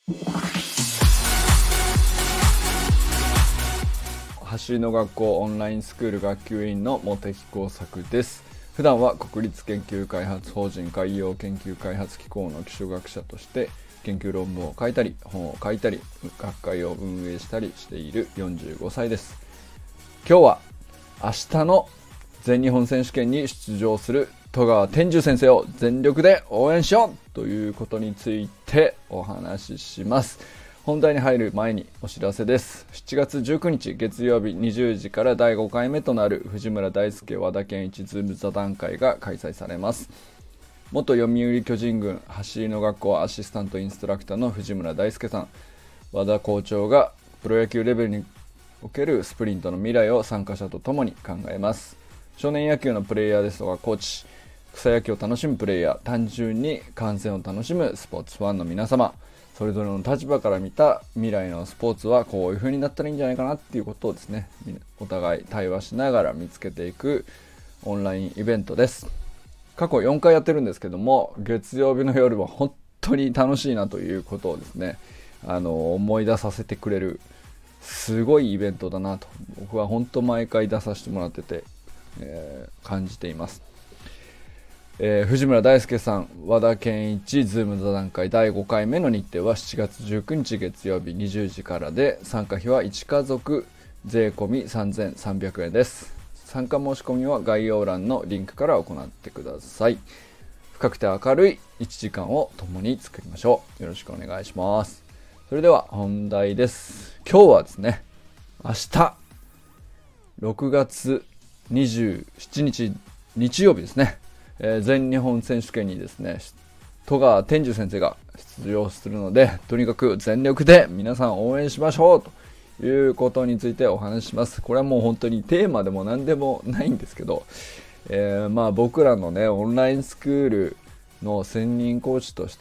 走りの学校オンラインスクール学級委員の茂木耕作です。普段は国立研究開発法人海洋研究開発機構の基礎学者として研究論文を書いたり本を書いたり学会を運営したりしている45歳です。今日は明日の全日本選手権に出場する戸川天寿先生を全力で応援しようということについてお話しします。本題に入る前にお知らせです。7月19日月曜日20時から第5回目となる藤村大輔和田健一ズーム座談会が開催されます。元読売巨人軍走りの学校アシスタントインストラクターの藤村大輔さん、和田校長がプロ野球レベルにおけるスプリントの未来を参加者と共に考えます。少年野球のプレイヤーですとかコーチ、草野球を楽しむプレイヤー、単純に観戦を楽しむスポーツファンの皆様、それぞれの立場から見た未来のスポーツはこういう風になったらいいんじゃないかなっていうことをですね、お互い対話しながら見つけていくオンラインイベントです。過去4回やってるんですけども、月曜日の夜は本当に楽しいなということをですね、思い出させてくれるすごいイベントだなと僕は本当毎回出させてもらってて、感じています。藤村大輔さん、和田健一ズーム座談会第5回目の日程は7月19日月曜日20時からで、参加費は1家族税込み3300円です。参加申し込みは概要欄のリンクから行ってください。深くて明るい1時間を共に作りましょう。よろしくお願いします。それでは本題です。今日はですね、明日6月27日日曜日ですね、全日本選手権にですね戸川天寿先生が出場するので、とにかく全力で皆さん応援しましょうということについてお話しします。これはもう本当にテーマでも何でもないんですけど、僕らのねオンラインスクールの専任コーチとして、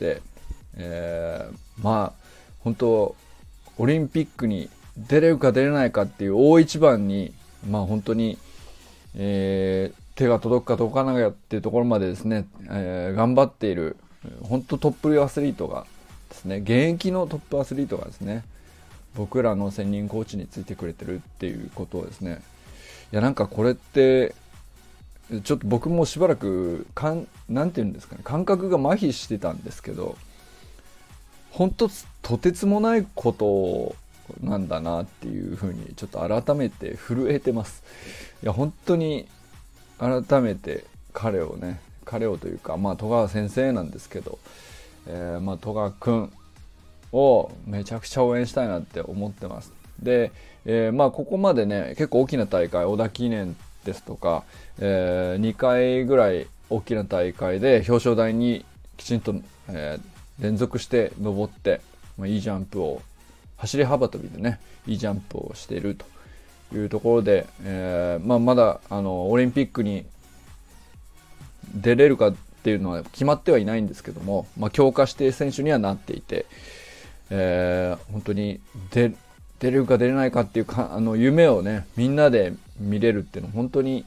本当オリンピックに出れるか出れないかっていう大一番に本当に、手が届くか届かないかっていうところまでですね、頑張っている本当トップアスリートがですね、現役のトップアスリートがですね、僕らの専任コーチについてくれてるっていうことをですね、いやなんかこれってちょっと僕もしばらくなんていうんですかね、感覚が麻痺してたんですけど、本当とてつもないことなんだなっていうふうにちょっと改めて震えてます。いや本当に改めて彼をというか戸川先生なんですけど、戸川くんをめちゃくちゃ応援したいなって思ってます。で、ここまでね結構大きな大会、織田記念ですとか、2回ぐらい大きな大会で表彰台にきちんと、連続して登って、いいジャンプを走り幅跳びでねいいジャンプをしているというところで、まだオリンピックに出れるかっていうのは決まってはいないんですけども、強化指定選手にはなっていて、本当に出れるか出れないかっていう夢をねみんなで見れるっていうのは本当に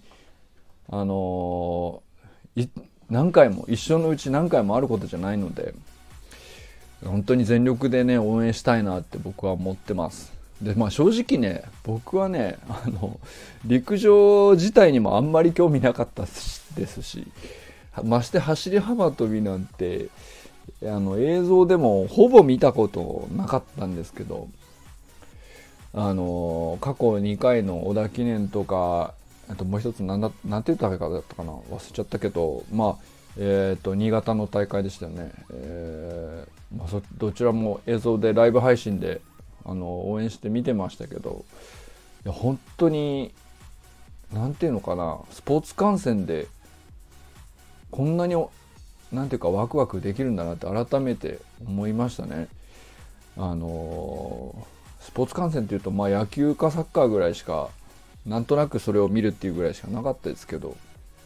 何回も一生のうち何回もあることじゃないので、本当に全力でね応援したいなって僕は思ってます。で正直ね僕はね陸上自体にもあんまり興味なかったですし、まして走り幅跳びなんて映像でもほぼ見たことなかったんですけど、過去2回の織田記念とか、あともう一つなんていう大会だったかな忘れちゃったけど、新潟の大会でしたよね。どちらも映像でライブ配信で応援して見てましたけど、いや本当になんていうのかな、スポーツ観戦でこんなになんていうかワクワクできるんだなって改めて思いましたね。スポーツ観戦っていうと野球かサッカーぐらいしか、なんとなくそれを見るっていうぐらいしかなかったですけど、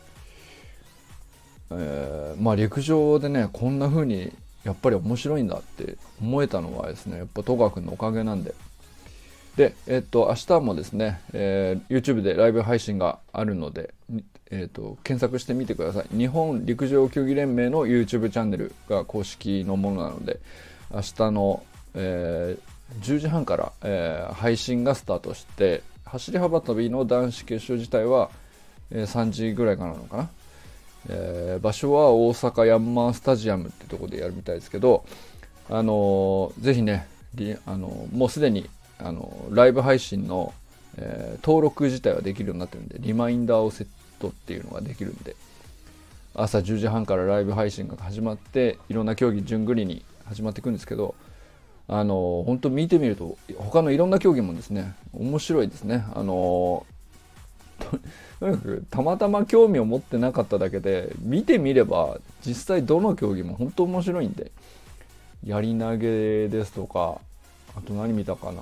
陸上でねこんな風にやっぱり面白いんだって思えたのはですね、やっぱ戸川くんのおかげなんで。で、明日もですね、YouTube でライブ配信があるので、検索してみてください。日本陸上競技連盟の YouTube チャンネルが公式のものなので、明日の 10時半から、配信がスタートして、走り幅跳びの男子決勝自体は、3時ぐらいからなのかな。場所は大阪ヤンマースタジアムってとこでやるみたいですけど、ぜひね、もうすでにライブ配信の、登録自体はできるようになってるんで、リマインダーをセットっていうのができるんで、朝10時半からライブ配信が始まって、いろんな競技順繰りに始まっていくんですけど、本当見てみると他のいろんな競技もですね、面白いですね。とにかくたまたま興味を持ってなかっただけで、見てみれば実際どの競技も本当面白いんで、やり投げですとか、あと何見たかな、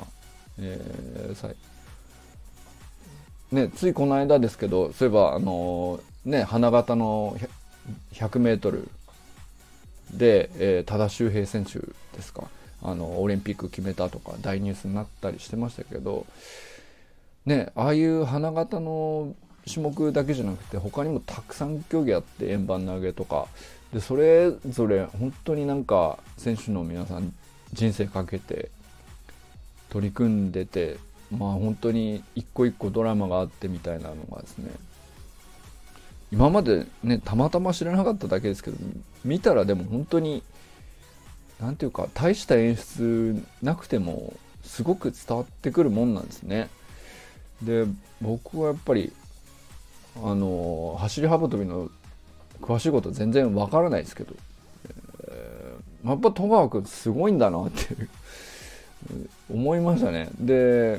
ついこの間ですけど、そういえば花形の100メートルで、多田修平選手ですか、オリンピック決めたとか大ニュースになったりしてましたけどね、ああいう花形の種目だけじゃなくて他にもたくさん競技あって、円盤投げとかで、それぞれ本当になんか選手の皆さん人生かけて取り組んでて、本当に一個一個ドラマがあってみたいなのがですね、今までねたまたま知らなかっただけですけど、見たらでも本当になんていうか、大した演出なくてもすごく伝わってくるもんなんですね。で、僕はやっぱり走り幅跳びの詳しいこと全然わからないですけど、やっぱ戸川君すごいんだなって思いましたね。で、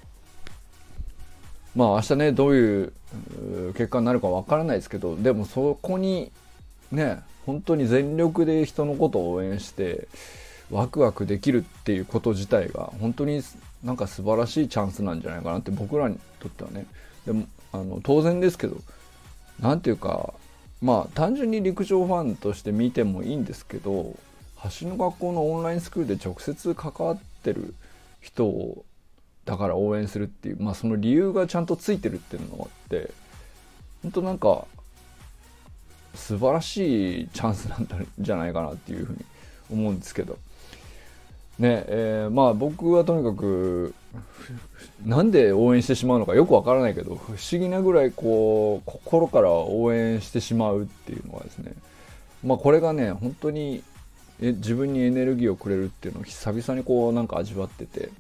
明日ねどういう結果になるかわからないですけど、でもそこにね本当に全力で人のことを応援してワクワクできるっていうこと自体が本当になんか素晴らしいチャンスなんじゃないかなって、僕らにとってはね。でも当然ですけど、なんていうか、単純に陸上ファンとして見てもいいんですけど、走りの学校のオンラインスクールで直接関わってる人をだから応援するっていう、その理由がちゃんとついてるっていうのがあって、本当なんか素晴らしいチャンスなんじゃないかなっていうふうに思うんですけどね。僕はとにかくなんで応援してしまうのかよくわからないけど、不思議なぐらいこう心から応援してしまうっていうのがですね、これがね本当に自分にエネルギーをくれるっていうのを久々にこうなんか味わってて、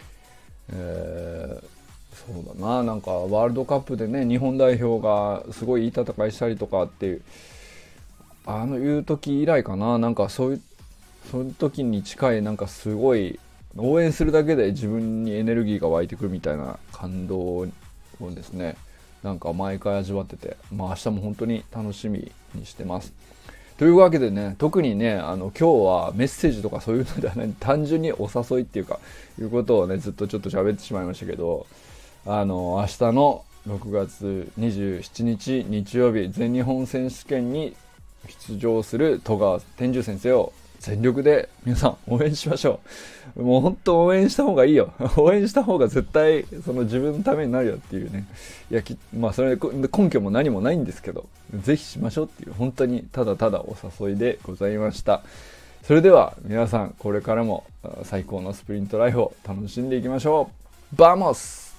そうだな、なんかワールドカップでね日本代表がすごいいい戦いしたりとかっていういう時以来かな。なんかそういう時に近い、なんかすごい応援するだけで自分にエネルギーが湧いてくるみたいな感動をですね、なんか毎回味わってて、明日も本当に楽しみにしてます。というわけでね、特にね今日はメッセージとかそういうのではない、単純にお誘いっていうかいうことをねずっとちょっと喋ってしまいましたけど、明日の6月27日日曜日全日本選手権に出場する戸川天寿先生を全力で皆さん応援しましょう。もう本当応援した方がいいよ。応援した方が絶対その自分のためになるよっていうね。それで根拠も何もないんですけど、ぜひしましょうっていう、本当にただただお誘いでございました。それでは皆さんこれからも最高のスプリントライフを楽しんでいきましょう。バモス。